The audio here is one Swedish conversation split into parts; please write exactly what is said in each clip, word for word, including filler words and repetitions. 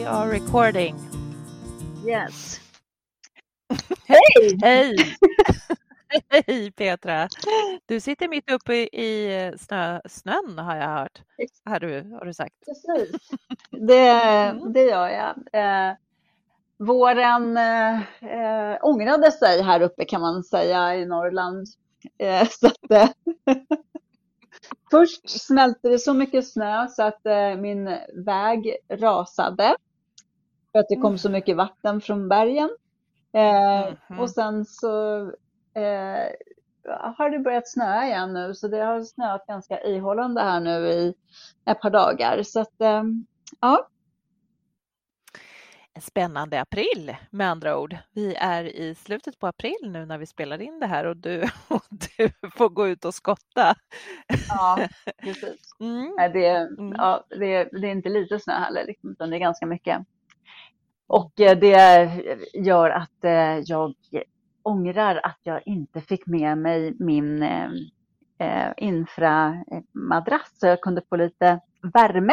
are recording. Yes. Hej! Hej! Hej Petra! Du sitter mitt uppe i snö, snön har jag hört. Har du, har du sagt. Precis. Det, Mm. det gör jag. Eh, våren eh, ångrade sig här uppe kan man säga i Norrland. Eh, så att, eh, först smälte det så mycket snö så att eh, min väg rasade. För att det kom så mycket vatten från bergen. Eh, Mm-hmm. Och sen så eh, har det börjat snöa igen nu. Så det har snöat ganska ihållande här nu i ett par dagar. Så att, eh, ja. En spännande april med andra ord. Vi är i slutet på april nu när vi spelar in det här och du, och du får gå ut och skotta. Ja, precis. Mm. Nej, det, mm. ja, det, det är inte lite snö heller, liksom, utan det är ganska mycket. Och det gör att jag ångrar att jag inte fick med mig min eh, inframadrass så jag kunde få lite värme.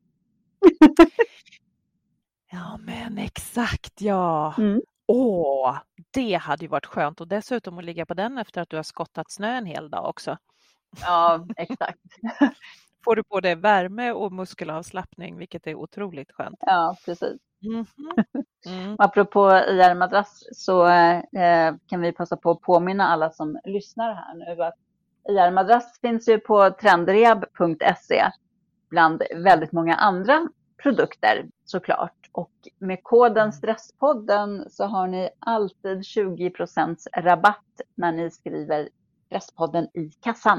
Ja, men exakt, ja. Mm. Åh, det hade ju varit skönt och dessutom att ligga på den efter att du har skottat snö en hel dag också. Ja, exakt. Får du på dig värme och muskelavslappning, vilket är otroligt skönt. Ja, precis. Mm-hmm. Mm. Apropå I R-madrass så eh, kan vi passa på att påminna alla som lyssnar här nu att I R-madrass finns ju på trendrehab punkt se bland väldigt många andra produkter såklart. Och med koden Stresspodden så har ni alltid tjugo procent rabatt när ni skriver Stresspodden i kassan.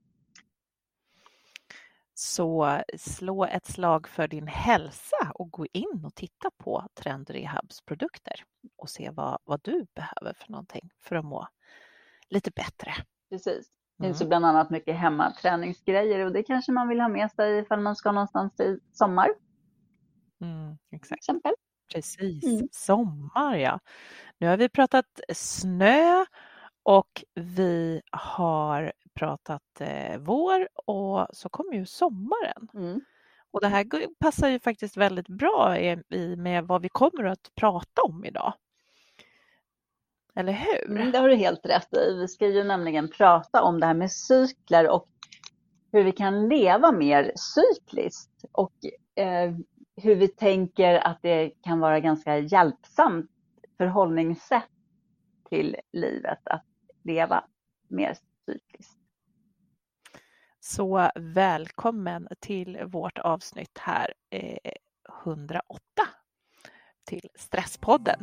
Så slå ett slag för din hälsa och gå in och titta på Trendrehabs produkter och se vad, vad du behöver för någonting för att må lite bättre. Precis. Det finns ju bland annat mycket hemmaträningsgrejer och det kanske man vill ha med sig ifall man ska någonstans i sommar. Mm, exakt. Exempel. Precis, mm. sommar ja. Nu har vi pratat snö och vi har pratat eh, vår och så kommer ju sommaren. Mm. Och det här passar ju faktiskt väldigt bra i, i, med vad vi kommer att prata om idag. Eller hur? Mm, det har du helt rätt i. Vi ska ju nämligen prata om det här med cykler och hur vi kan leva mer cykliskt och eh, hur vi tänker att det kan vara ganska hjälpsamt förhållningssätt till livet att leva mer cykliskt. Så välkommen till vårt avsnitt här eh, hundraåtta till Stresspodden.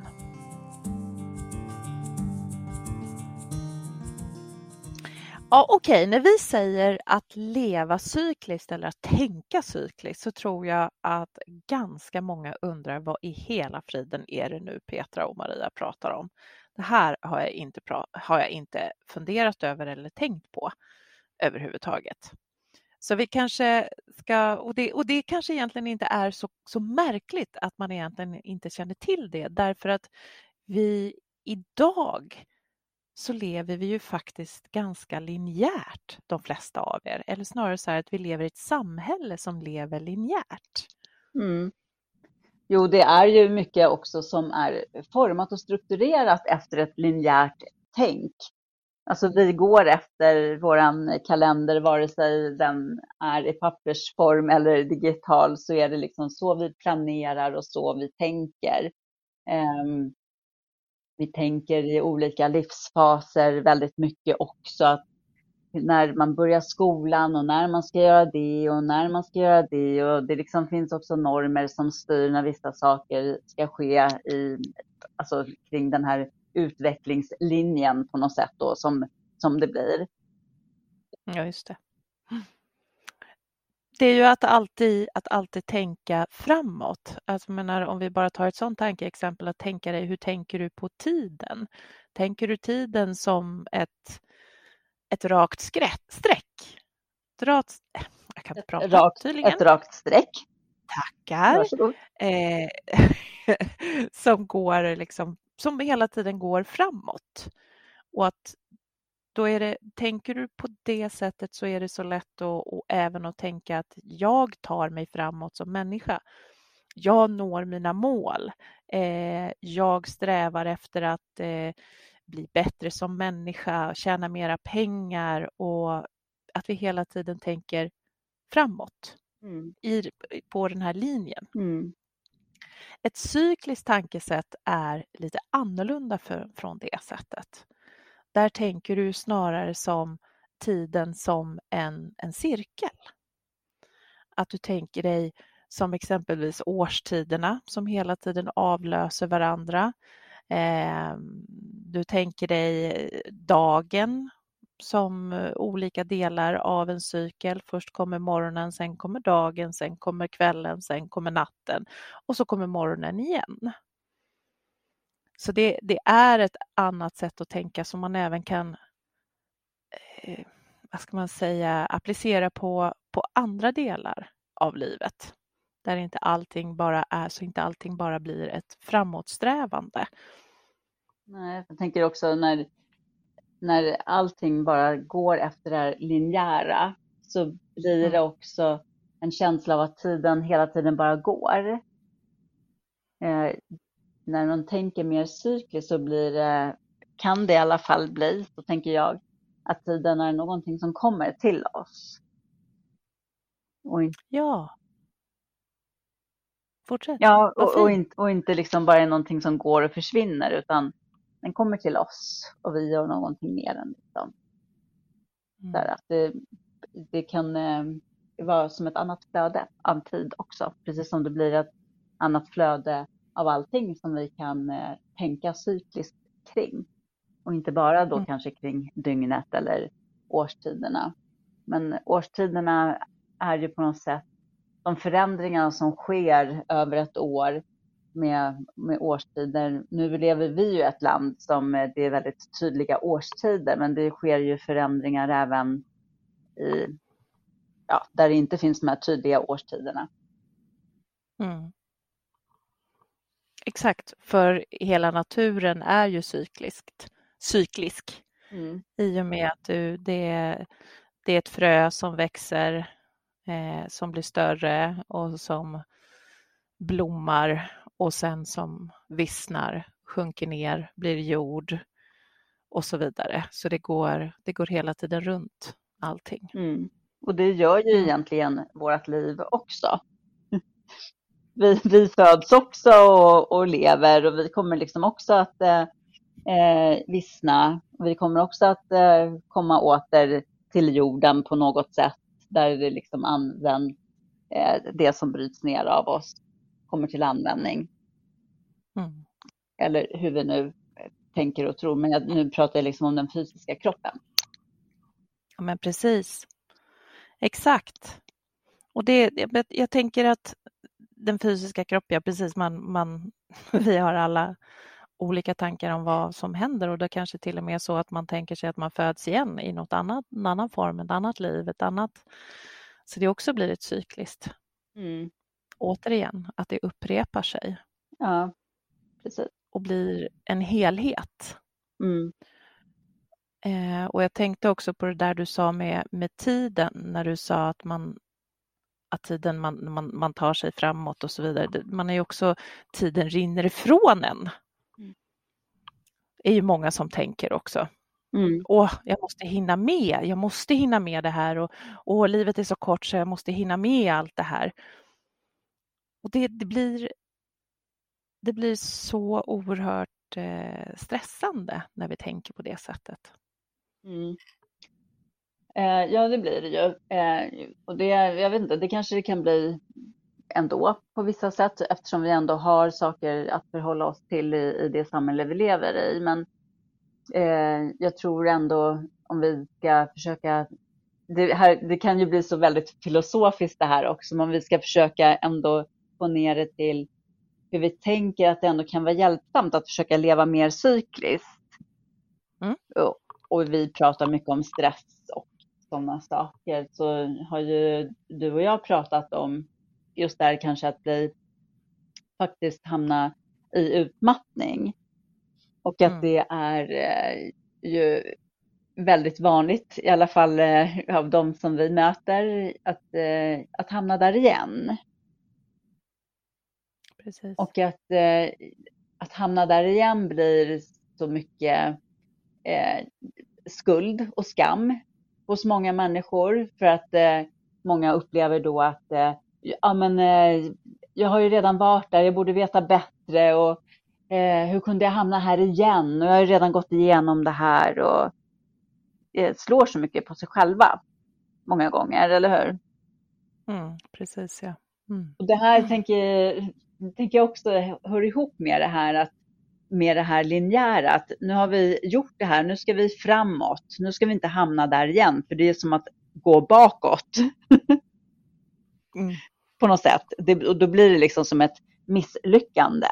Ja, okej, okay. När vi säger att leva cykliskt eller att tänka cykliskt så tror jag att ganska många undrar vad i hela friden är det nu Petra och Maria pratar om. Det här har jag inte, pra- har jag inte funderat över eller tänkt på överhuvudtaget. Så vi kanske ska, och det, och det kanske egentligen inte är så, så märkligt att man egentligen inte känner till det därför att vi idag så lever vi ju faktiskt ganska linjärt, de flesta av er. Eller snarare så här att vi lever i ett samhälle som lever linjärt. Mm. Jo, det är ju mycket också som är format och strukturerat efter ett linjärt tänk. Alltså vi går efter våran kalender, vare sig den är i pappersform eller digital, så är det liksom så vi planerar och så vi tänker. Um, Vi tänker i olika livsfaser väldigt mycket också. Att när man börjar skolan och när man ska göra det och när man ska göra det. Och det liksom finns också normer som styr när vissa saker ska ske i, alltså kring den här utvecklingslinjen på något sätt då, som, som det blir. Ja, just det. Det är ju att alltid, att alltid tänka framåt. Alltså, menar, om vi bara tar ett sånt tankeexempel att tänka dig, hur tänker du på tiden? Tänker du tiden som ett, ett rakt skrätt, streck? Ett rakt, jag kan inte prata rakt, tydligen. Ett rakt streck. Tackar. Eh, som går liksom, som hela tiden går framåt. Och att då är det, tänker du på det sättet så är det så lätt att, och även att tänka att jag tar mig framåt som människa. jag når mina mål. Eh, jag strävar efter att eh, bli bättre som människa, tjäna mera pengar och att vi hela tiden tänker framåt Mm. i, på den här linjen. Mm. Ett cykliskt tankesätt är lite annorlunda för, från det sättet. Där tänker du snarare som tiden som en, en cirkel. Att du tänker dig som exempelvis årstiderna som hela tiden avlöser varandra. Eh, du tänker dig dagen som olika delar av en cykel. Först kommer morgonen, sen kommer dagen, sen kommer kvällen, sen kommer natten och så kommer morgonen igen. Så det, det är ett annat sätt att tänka som man även kan eh, vad ska man säga, applicera på, på andra delar av livet. Där inte allting bara är så inte allting bara blir ett framåtsträvande. Nej, jag tänker också när, när allting bara går efter det här linjära så blir det Mm. också en känsla av att tiden hela tiden bara går. Eh, när man tänker mer cykliskt så blir det, kan det i alla fall bli, så tänker jag, att tiden är någonting som kommer till oss. Och, in- Ja. Fortsätt. ja, Vad och, och, fint. inte, och inte liksom bara är någonting som går och försvinner, utan den kommer till oss och vi gör någonting mer än liksom. Så här, Mm. att det, det kan eh, vara som ett annat flöde av tid också. Precis som det blir ett annat flöde av allting som vi kan eh, tänka cykliskt kring. Och inte bara då Mm. kanske kring dygnet eller årstiderna. Men årstiderna är ju på något sätt de förändringar som sker över ett år med, med årstider. Nu lever vi ju i ett land som eh, det är väldigt tydliga årstider, men det sker ju förändringar även i, ja, där det inte finns de här tydliga årstiderna. Mm. Exakt, för hela naturen är ju cykliskt, cyklisk. Mm. I och med att du, det, det är ett frö som växer, eh, som blir större och som blommar och sen som vissnar, sjunker ner, blir jord och så vidare. Så det går, det går hela tiden runt allting. Mm. Och det gör ju Mm. egentligen vårt liv också. Vi, vi föds också och, och lever och vi kommer liksom också att eh, vissna. Vi kommer också att eh, komma åter till jorden på något sätt där det liksom används, eh, det som bryts ner av oss kommer till användning. Mm. Eller hur vi nu tänker och tror. Men jag, nu pratar jag liksom om den fysiska kroppen. Ja, men precis. Exakt. Och det, jag, jag tänker att den fysiska kroppen, ja, precis, man, man, vi har alla olika tankar om vad som händer och det kanske till och med är så att man tänker sig att man föds igen i något annat, en annan form, ett annat liv, ett annat. Så det också blir ett cykliskt. Mm. Återigen, att det upprepar sig. Ja, precis. Och blir en helhet. Mm. Eh, och jag tänkte också på det där du sa med, med tiden, när du sa att man att tiden man, man, man tar sig framåt och så vidare. Man är ju också, tiden rinner ifrån en. Mm. Det är ju många som tänker också. Mm. Åh, jag måste hinna med. Jag måste hinna med det här och, och livet är så kort så jag måste hinna med allt det här. Och det, det blir det blir så oerhört eh, stressande när vi tänker på det sättet. Mm. Eh, ja, det blir det ju. Eh, och det, jag vet inte, det kanske det kan bli ändå på vissa sätt eftersom vi ändå har saker att förhålla oss till i, i det samhälle vi lever i. Men eh, jag tror ändå om vi ska försöka, det, här, det kan ju bli så väldigt filosofiskt det här också, men om vi ska försöka ändå få ner det till hur vi tänker att det ändå kan vara hjälpsamt att försöka leva mer cykliskt. Mm. Och, och vi pratar mycket om stress och sådana saker, så har ju du och jag pratat om just där kanske att bli faktiskt hamna i utmattning. Och att Mm. det är eh, ju väldigt vanligt, i alla fall eh, av de som vi möter, att, eh, att hamna där igen. precis. Och att, eh, att hamna där igen blir så mycket eh, skuld och skam hos många människor. För att eh, många upplever då att eh, ja, men, eh, jag har ju redan varit där, jag borde veta bättre. Och eh, hur kunde jag hamna här igen? Och jag har ju redan gått igenom det här. Och eh, slår så mycket på sig själva många gånger, eller hur? Mm, precis, ja. Mm. Och det här tänker, tänker jag också hör ihop med det här att med det här linjära, att nu har vi gjort det här, nu ska vi framåt, nu ska vi inte hamna där igen, för det är som att gå bakåt Mm. på något sätt. Det, och då blir det liksom som ett misslyckande.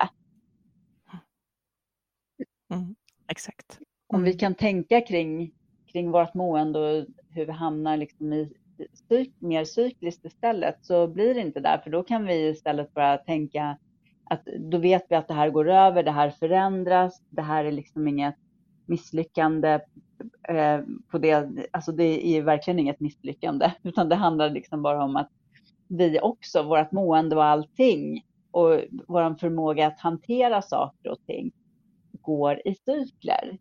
Mm. Exakt. Mm. Om vi kan tänka kring, kring vårt mående och hur vi hamnar liksom i cyk, mer cykliskt istället, så blir det inte där, för då kan vi istället bara tänka att då vet vi att det här går över, det här förändras, det här är liksom inget misslyckande eh, på det, alltså det är verkligen inget misslyckande, utan det handlar liksom bara om att vi också, vårt mående och allting och vår förmåga att hantera saker och ting går i cykler.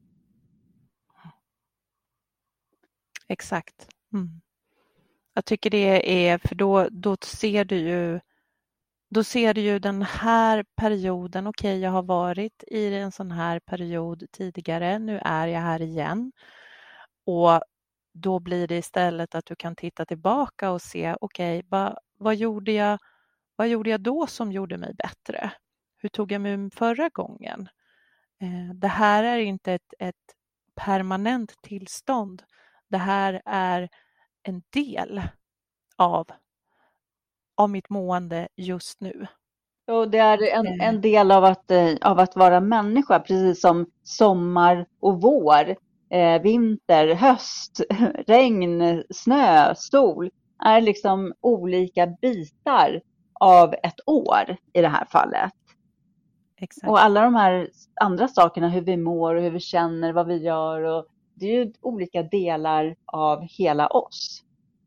Exakt. Mm. Jag tycker det är, för då, då ser du ju Då ser du ju den här perioden, okej okay, jag har varit i en sån här period tidigare, nu är jag här igen. Och då blir det istället att du kan titta tillbaka och se, okej, okay, vad, vad, gjorde jag, vad gjorde jag då som gjorde mig bättre? Hur tog jag mig förra gången? Eh, det här är inte ett, ett permanent tillstånd. Det här är en del av av mitt mående just nu. Och det är en, en del av att, av att vara människa, precis som sommar och vår, eh, vinter, höst, regn, snö, sol, är liksom olika bitar av ett år i det här fallet. Exakt. Och alla de här andra sakerna, hur vi mår och hur vi känner, vad vi gör, och det är ju olika delar av hela oss.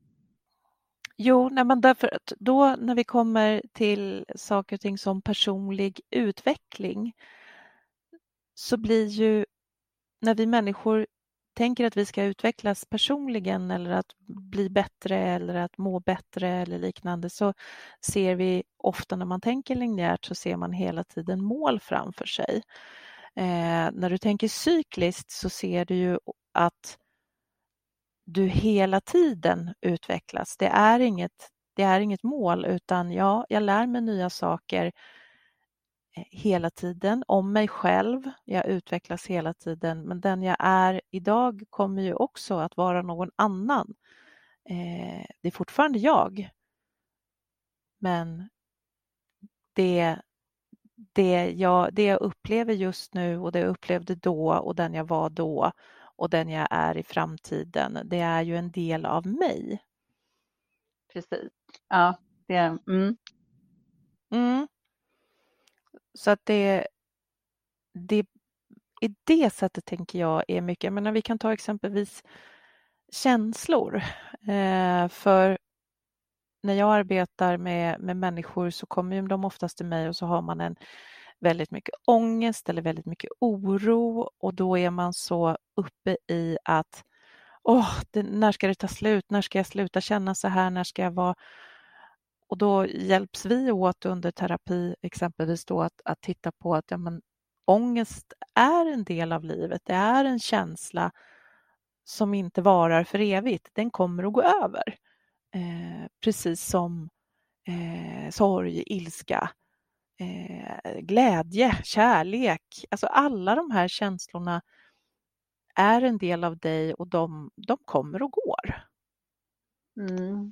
Jo, nej, men därför att då när vi kommer till saker och ting som personlig utveckling, så blir ju, när vi människor tänker att vi ska utvecklas personligen eller att bli bättre eller att må bättre eller liknande, så ser vi ofta när man tänker linjärt, så ser man hela tiden mål framför sig. Eh, när du tänker cykliskt så ser du ju att du hela tiden utvecklas. Det är inget, det är inget mål, utan ja, jag lär mig nya saker hela tiden om mig själv. Jag utvecklas hela tiden, men den jag är idag kommer ju också att vara någon annan. Eh, det är fortfarande jag. Men det, det, jag, det jag upplever just nu och det jag upplevde då och den jag var då och den jag är i framtiden, det är ju en del av mig. Precis. Ja, det är... Mm. Mm. Så att det, det i det sättet tänker jag är mycket, jag menar, vi kan ta exempelvis känslor. Eh, för när jag arbetar med, med människor så kommer de oftast till mig och så har man en väldigt mycket ångest eller väldigt mycket oro, och då är man så uppe i att åh, det, när ska det ta slut? När ska jag sluta känna så här? När ska jag vara... Och då hjälps vi åt under terapi exempelvis då att, att titta på att ja, men, ångest är en del av livet. Det är en känsla som inte varar för evigt. Den kommer att gå över. Eh, precis som eh, sorg, ilska, eh, glädje, kärlek. Alltså alla de här känslorna är en del av dig och de, de kommer och går. Mm.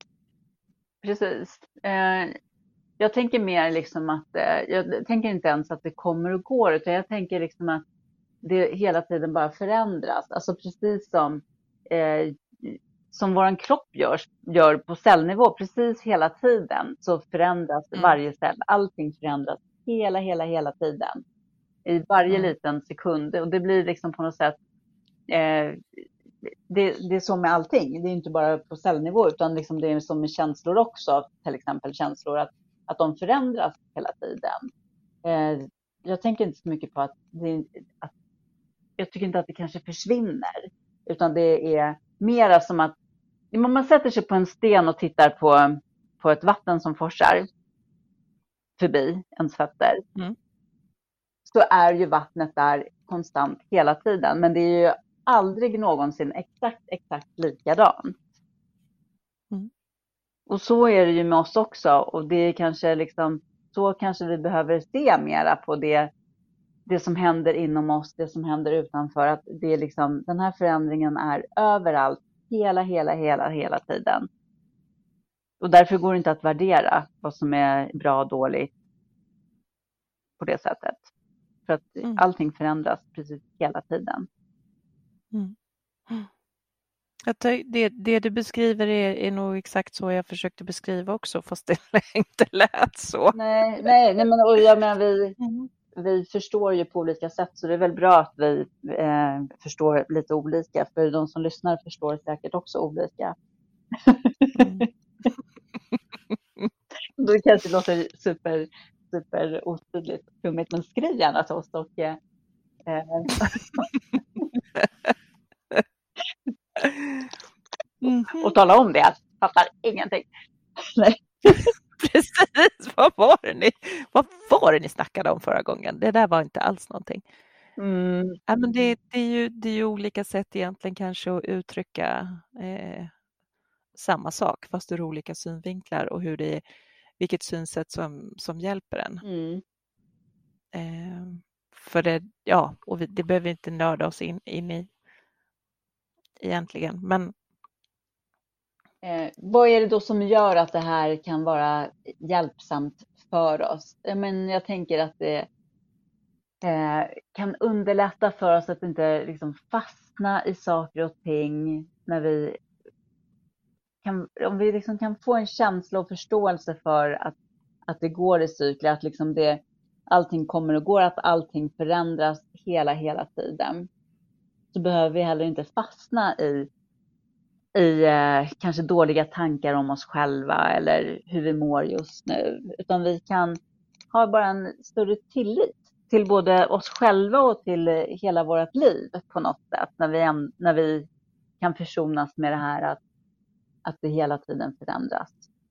Precis. Eh, jag tänker mer liksom att, eh, jag tänker inte ens att det kommer och går, utan jag tänker liksom att det hela tiden bara förändras. Alltså precis som, eh, som våran kropp gör, gör på cellnivå, precis hela tiden så förändras mm. varje cell. Allting förändras hela, hela, hela tiden. I varje mm. liten sekund. Och det blir liksom på något sätt, eh, det, det är så med allting. Det är inte bara på cellnivå, utan liksom det är som med känslor också. Till exempel känslor att att de förändras hela tiden. Eh, jag tänker inte så mycket på att, det, att jag tycker inte att det kanske försvinner, utan det är mera som att om man sätter sig på en sten och tittar på, på ett vatten som forsar förbi ens fötter, Mm. så är ju vattnet där konstant hela tiden. Men det är ju aldrig någonsin exakt, exakt likadant. Mm. Och så är det ju med oss också. Och det är kanske liksom, så kanske vi behöver se mera på det, det som händer inom oss, det som händer utanför. Att det är liksom, den här förändringen är överallt, hela, hela, hela, hela tiden. Och därför går det inte att värdera vad som är bra och dåligt på det sättet. För att Mm. allting förändras precis hela tiden. Mm. Jag tar, det, det du beskriver är, är nog exakt så jag försökte beskriva också, fast det inte lät så. Nej, nej, nej men och jag menar, vi, Mm. vi förstår ju på olika sätt, så det är väl bra att vi eh, förstår lite olika, för de som lyssnar förstår säkert också olika. Mm. Då kanske det låter super, super otydligt och flummigt, men skriv gärna till oss och eh, Mhm. och tala om det. Jag fattar ingenting. Nej. Precis, vad var, det ni, vad var det ni snackade om förra gången? Det där var inte alls någonting. Mm. Ja, men det, det, är ju, det är ju olika sätt egentligen kanske att uttrycka eh, samma sak, fast ur olika synvinklar och hur det, vilket synsätt som, som hjälper en. Mm. Eh, för det, ja, och vi, det behöver vi inte nörda oss in, in i egentligen, men Eh, vad är det då som gör att det här kan vara hjälpsamt för oss? Eh, men jag tänker att det eh, kan underlätta för oss att inte liksom fastna i saker och ting. När vi kan, om vi liksom kan få en känsla och förståelse för att, att det går i cykler, att liksom det, allting kommer och går, att allting förändras hela, hela tiden. Så behöver vi heller inte fastna i i eh, kanske dåliga tankar om oss själva eller hur vi mår just nu. Utan vi kan ha bara en större tillit till både oss själva och till eh, hela vårt liv på något sätt. När vi, när vi kan försonas med det här att, att det hela tiden förändras.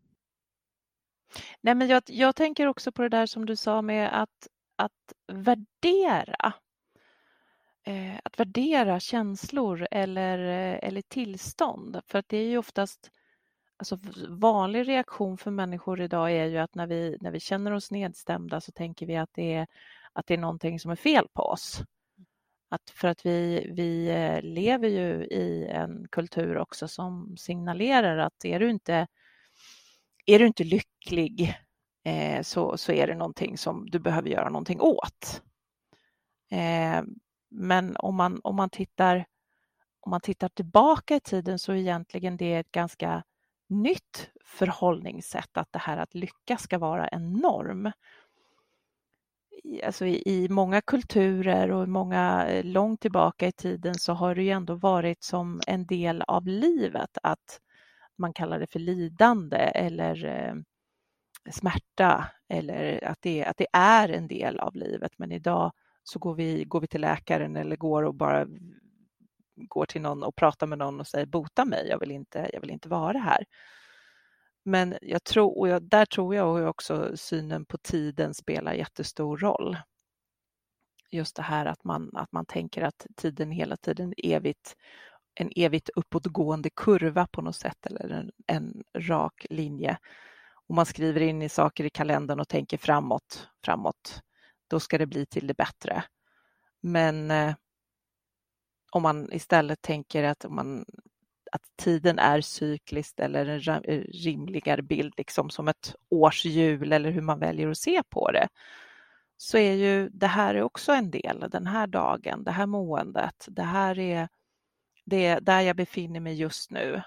Nej, men jag, jag tänker också på det där som du sa med att, att värdera. Eh, att värdera känslor eller, eller tillstånd. För att det är ju oftast, alltså vanlig reaktion för människor idag är ju att när vi, när vi känner oss nedstämda så tänker vi att det är, att det är någonting som är fel på oss. Att för att vi, vi lever ju i en kultur också som signalerar att är du inte, är du inte lycklig eh, så, så är det någonting som du behöver göra någonting åt. Eh, men om man, om, man tittar, om man tittar tillbaka i tiden så är egentligen det ett ganska nytt förhållningssätt, att det här att lyckas ska vara en norm. Alltså i, i många kulturer och många långt tillbaka i tiden så har det ju ändå varit som en del av livet att man kallar det för lidande eller eh, smärta, eller att det, att det är en del av livet. Men idag så går vi, går vi till läkaren eller går och bara går till någon och pratar med någon och säger bota mig, jag vill inte, jag vill inte vara här. Men jag tror, och jag, där tror jag också synen på tiden spelar jättestor roll. Just det här att man, att man tänker att tiden hela tiden evigt, en evigt uppåtgående kurva på något sätt, eller en, en rak linje. Och man skriver in i saker i kalendern och tänker framåt, framåt, då ska det bli till det bättre. Men eh, om man istället tänker att, om man, att tiden är cykliskt eller en rimligare bild, liksom som ett årshjul eller hur man väljer att se på det, så är ju det här är också en del, den här dagen, det här måendet, det här är det är där jag befinner mig just nu.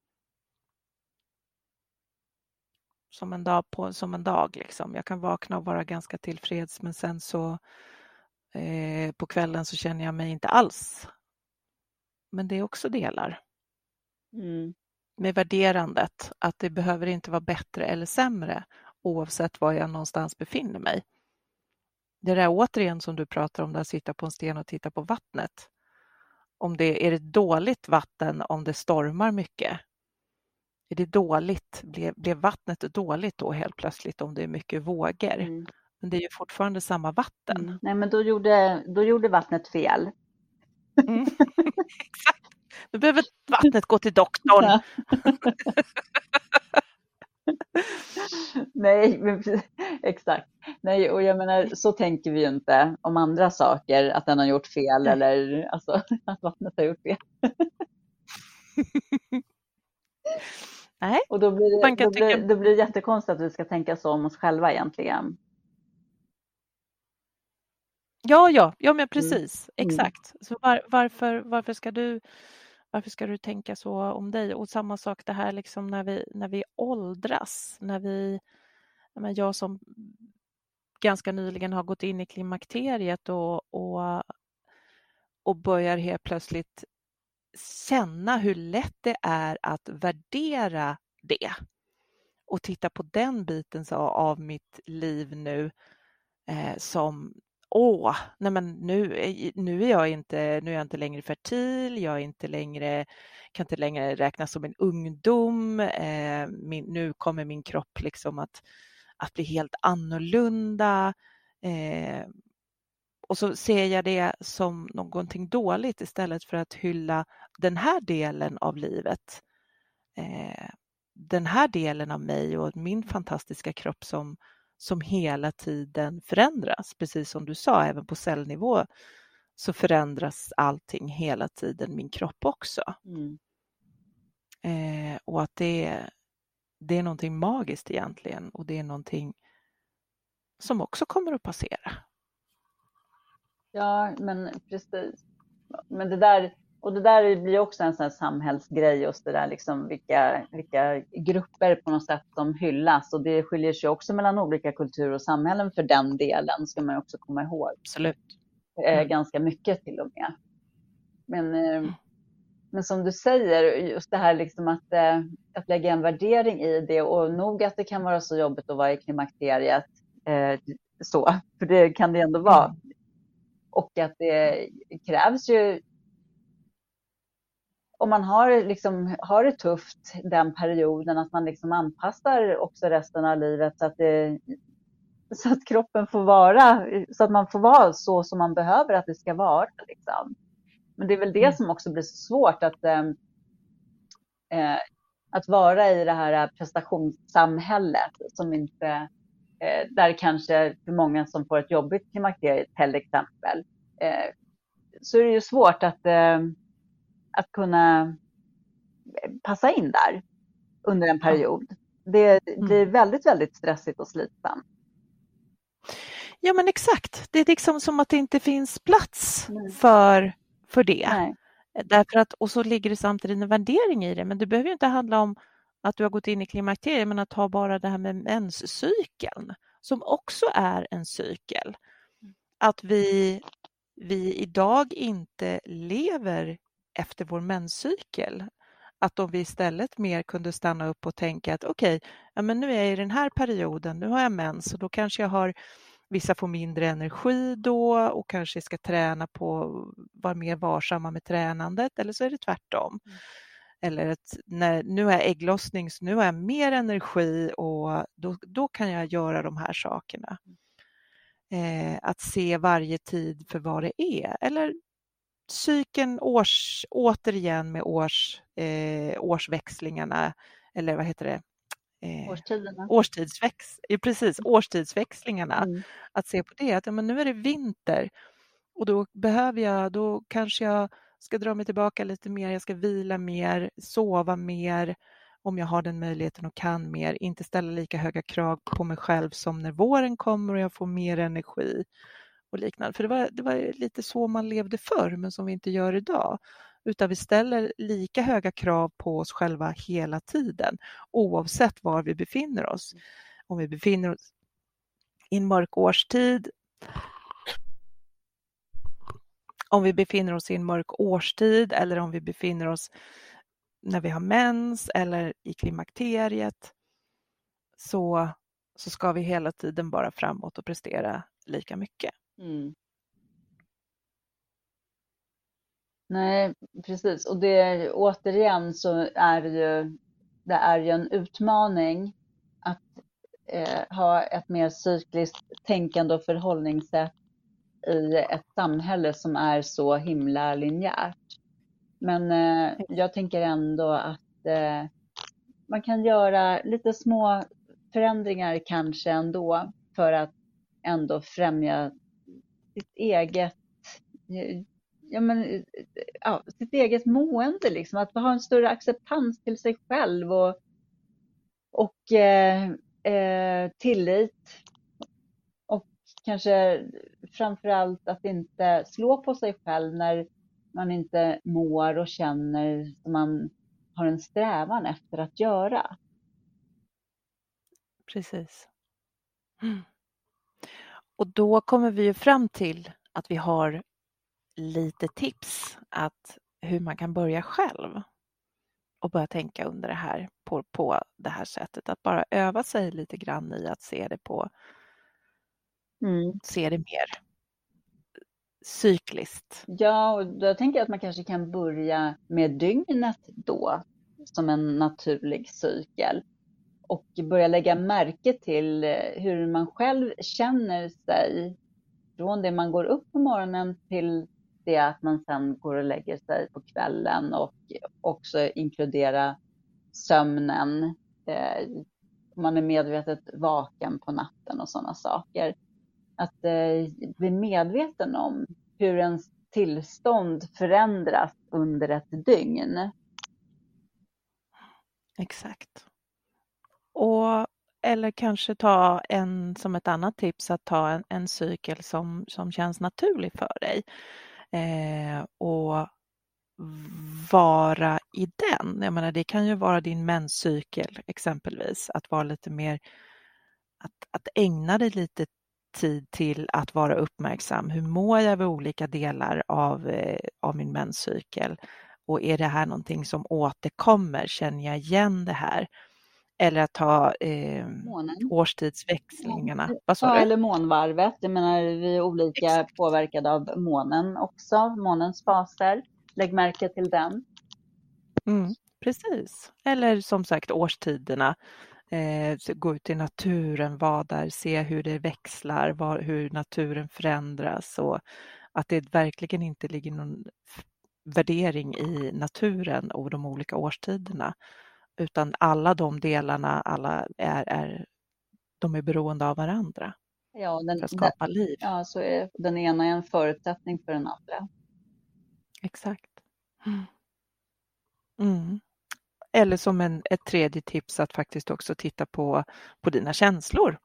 Som en dag på som en dag liksom. Jag kan vakna och vara ganska tillfreds, men sen så eh, på kvällen så känner jag mig inte alls. Men det är också delar. Mm. Med värderandet att det behöver inte vara bättre eller sämre. oavsett var jag någonstans befinner mig. Det där återigen som du pratar om, där sitta på en sten och titta på vattnet. Om det är det dåligt vatten om det stormar mycket? Är det dåligt? Blev, blev vattnet dåligt då helt plötsligt om det är mycket vågor? Mm. Men det är ju fortfarande samma vatten. Mm. Nej, men då gjorde, då gjorde vattnet fel. Mm. Exakt. Nu behöver vattnet gå till doktorn. Ja. Nej, men, exakt. Nej, och jag menar, så tänker vi ju inte om andra saker, att den har gjort fel. Nej. Eller alltså, att vattnet har gjort fel. Nej. Och då blir, det, då, blir, då blir det jättekonstigt att vi ska tänka så om oss själva egentligen. Ja, ja, ja men precis. Mm. Exakt. Så var, varför, varför, ska du, varför ska du tänka så om dig? Och samma sak det här liksom när vi, när vi åldras. När vi, men jag som ganska nyligen har gått in i klimakteriet och, och, och börjar helt plötsligt känna hur lätt det är att värdera det. Och titta på den biten så, av mitt liv nu eh, som åh, nej men nu, nu är jag inte nu är jag inte längre fertil, jag är inte längre kan inte längre räknas som en ungdom. Eh, min, nu kommer min kropp liksom att att bli helt annorlunda. Eh, och så ser jag det som någonting dåligt istället för att hylla den här delen av livet. Eh, den här delen av mig och min fantastiska kropp som, som hela tiden förändras. Precis som du sa, även på cellnivå så förändras allting hela tiden, min kropp också. Mm. Eh, och att det, det är någonting magiskt egentligen och det är någonting som också kommer att passera. Ja, men precis. Men det där, och det där blir också en sån här samhällsgrej, just det där liksom vilka, vilka grupper på något sätt som hyllas. Och det skiljer sig också mellan olika kulturer och samhällen för den delen, ska man också komma ihåg. Absolut. Mm. Eh, ganska mycket till och med. Men, eh, mm. men som du säger, just det här liksom att, eh, att lägga en värdering i det, och nog att det kan vara så jobbigt att vara i klimakteriet. Eh, så, för det kan det ändå vara. Mm. Och att det krävs ju, om man har, liksom, har det tufft den perioden, att man liksom anpassar också resten av livet så att, det, så att kroppen får vara, så att man får vara så som man behöver att det ska vara. Liksom. Men det är väl det mm. som också blir så svårt, att, eh, att vara i det här prestationssamhället som inte, eh, där kanske för många som får ett jobbigt klimakterie till exempel, eh, så är det ju svårt att eh, att kunna passa in där under en period. Det blir väldigt, väldigt stressigt och slitsamt. Ja, men exakt. Det är liksom som att det inte finns plats för, för det. Nej. Därför att, och så ligger det samtidigt en värdering i det. Men det behöver ju inte handla om att du har gått in i klimakteriet, men att ha bara det här med menscykeln, som också är en cykel. Att vi, vi idag inte lever efter vår menscykel. Att om vi istället mer kunde stanna upp och tänka att okej, okay, ja, men nu är jag i den här perioden, nu har jag mens och då kanske jag har, vissa får mindre energi då och kanske ska träna på, vara mer varsamma med tränandet, eller så är det tvärtom. Mm. Eller att när, nu har jag ägglossning så nu har jag mer energi och då, då kan jag göra de här sakerna. Eh, att se varje tid för vad det är. Eller cykeln års, återigen med års, eh, årsväxlingarna, eller vad heter det? Eh, Årstiderna. Årstidsväx, ja, precis, årstidsväxlingarna. Mm. Att se på det, att ja, men nu är det vinter och då behöver jag, då kanske jag ska dra mig tillbaka lite mer, jag ska vila mer, sova mer om jag har den möjligheten och kan mer, inte ställa lika höga krav på mig själv som när våren kommer och jag får mer energi och liknande. För det var, det var lite så man levde förr, men som vi inte gör idag. Utan vi ställer lika höga krav på oss själva hela tiden, oavsett var vi befinner oss. Om vi befinner oss i en mörk årstid, om vi befinner oss i en mörk årstid eller om vi befinner oss när vi har mens eller i klimakteriet, så, så ska vi hela tiden bara framåt och prestera lika mycket. Mm. Nej, precis. Och det, återigen så är det ju, det är ju en utmaning att eh, ha ett mer cykliskt tänkande och förhållningssätt i ett samhälle som är så himla linjärt. Men eh, jag tänker ändå att eh, man kan göra lite små förändringar kanske ändå för att ändå främja sitt eget, ja men, ja, sitt eget mående liksom. Att ha en större acceptans till sig själv och, och eh, eh, tillit. Och kanske framförallt att inte slå på sig själv när man inte mår och känner som man har en strävan efter att göra. Precis. Mm. Och då kommer vi ju fram till att vi har lite tips att hur man kan börja själv och börja tänka under det här på, på det här sättet. Att bara öva sig lite grann i att se det på Mm. se det mer cykliskt. Ja, och då tänker jag att man kanske kan börja med dygnet då som en naturlig cykel och börja lägga märke till hur man själv känner sig från det man går upp på morgonen till det att man sen går och lägger sig på kvällen, och också inkludera sömnen. Eh, man är medvetet vaken på natten och sådana saker. Att eh, bli medveten om hur ens tillstånd förändras under ett dygn. Exakt. Och eller kanske ta en som ett annat tips att ta en, en cykel som, som känns naturlig för dig. Eh, och vara i den. Jag menar, det kan ju vara din menscykel exempelvis. Att vara lite mer, att, att ägna dig lite tid till att vara uppmärksam. Hur mår jag vid olika delar av, eh, av min menscykel? Och är det här någonting som återkommer? Känner jag igen det här? Eller att ta eh, årstidsväxlingarna. Vad sa Ja, du? eller månvarvet. Jag menar, vi är olika Exakt. påverkade av månen också. Månens faser. Lägg märke till den. Mm, precis. Eller som sagt årstiderna. Eh, gå ut i naturen, vara där, se hur det växlar, var, hur naturen förändras, och att det verkligen inte ligger någon värdering i naturen och de olika årstiderna, utan alla de delarna, alla är, är, de är beroende av varandra Ja, den, för att skapa den, liv. ja, så är det. Den ena är en förutsättning för den andra. Exakt. Mm. Eller som en, ett tredje tips att faktiskt också titta på, på dina känslor.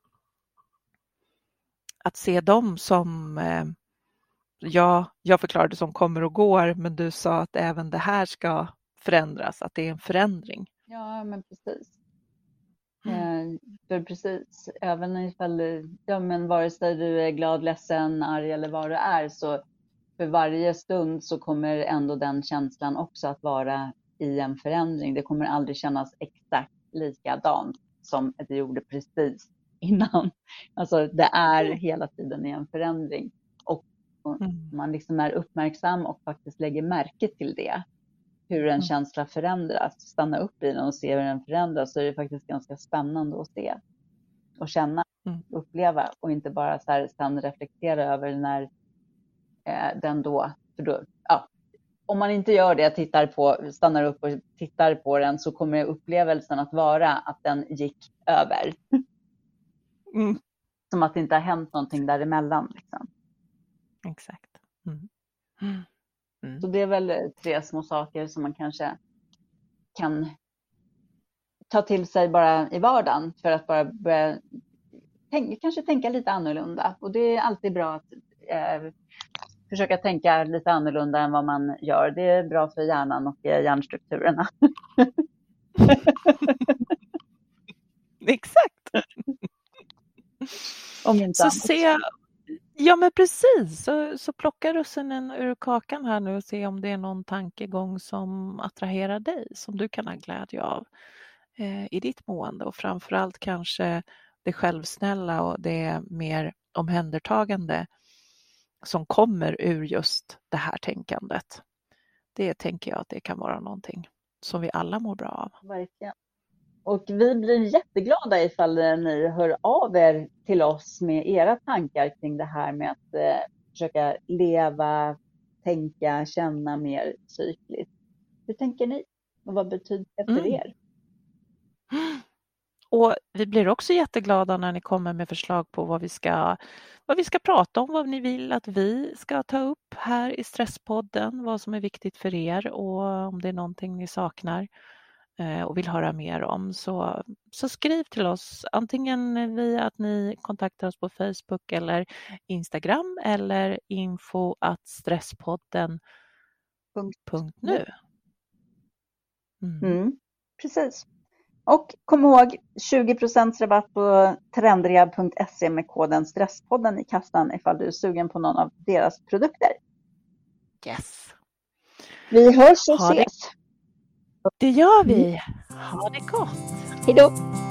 Att se dem som, eh, ja, jag förklarade som kommer och går, men du sa att även det här ska förändras, att det är en förändring. Ja, men precis. Mm. Eh, för precis, även ifall, ja men vare sig du är glad, ledsen, arg eller vad du är, så för varje stund så kommer ändå den känslan också att vara i en förändring. Det kommer aldrig kännas exakt likadant som det gjorde precis innan. Alltså det är hela tiden i en förändring. Och Mm. man liksom är uppmärksam och faktiskt lägger märke till det. Hur en Mm. känsla förändras. Stanna upp i den och se hur den förändras. Så är det faktiskt ganska spännande att se. Och känna, Mm. uppleva. Och inte bara så här sen reflektera över när eh, den då, för då, ja. Om man inte gör det, tittar på, stannar upp och tittar på den, så kommer upplevelsen att vara att den gick över. Mm. Som att det inte har hänt någonting däremellan. Liksom. Exakt. Mm. Mm. Mm. Så det är väl tre små saker som man kanske kan ta till sig bara i vardagen för att bara börja tänka, kanske tänka lite annorlunda. Och det är alltid bra att eh, försöka tänka lite annorlunda än vad man gör. Det är bra för hjärnan och hjärnstrukturerna. Exakt. Om inte Så annat. se, ja men precis, så, så plocka russinen ur kakan här nu och se om det är någon tankegång som attraherar dig, som du kan ha glädje av eh, i ditt mående, och framförallt kanske det självsnälla och det mer omhändertagande som kommer ur just det här tänkandet. Det tänker jag att det kan vara någonting som vi alla mår bra av. Verkligen. Och vi blir jätteglada ifall ni hör av er till oss med era tankar kring det här med att eh, försöka leva, tänka, känna mer cykliskt. Hur tänker ni? Och vad betyder det för Mm. er? Och vi blir också jätteglada när ni kommer med förslag på vad vi ska, vad vi ska prata om, vad ni vill att vi ska ta upp här i Stresspodden, vad som är viktigt för er och om det är någonting ni saknar och vill höra mer om, så, så skriv till oss antingen via att ni kontaktar oss på Facebook eller Instagram eller info at stresspodden punkt nu. Mm. Mm, precis. Och kom ihåg tjugo procent rabatt på trendrehab punkt se med koden Stresspodden i kassan ifall du är sugen på någon av deras produkter. Yes. Vi hörs och ha ses. Det, det gör vi. Ha det gott. Hej då.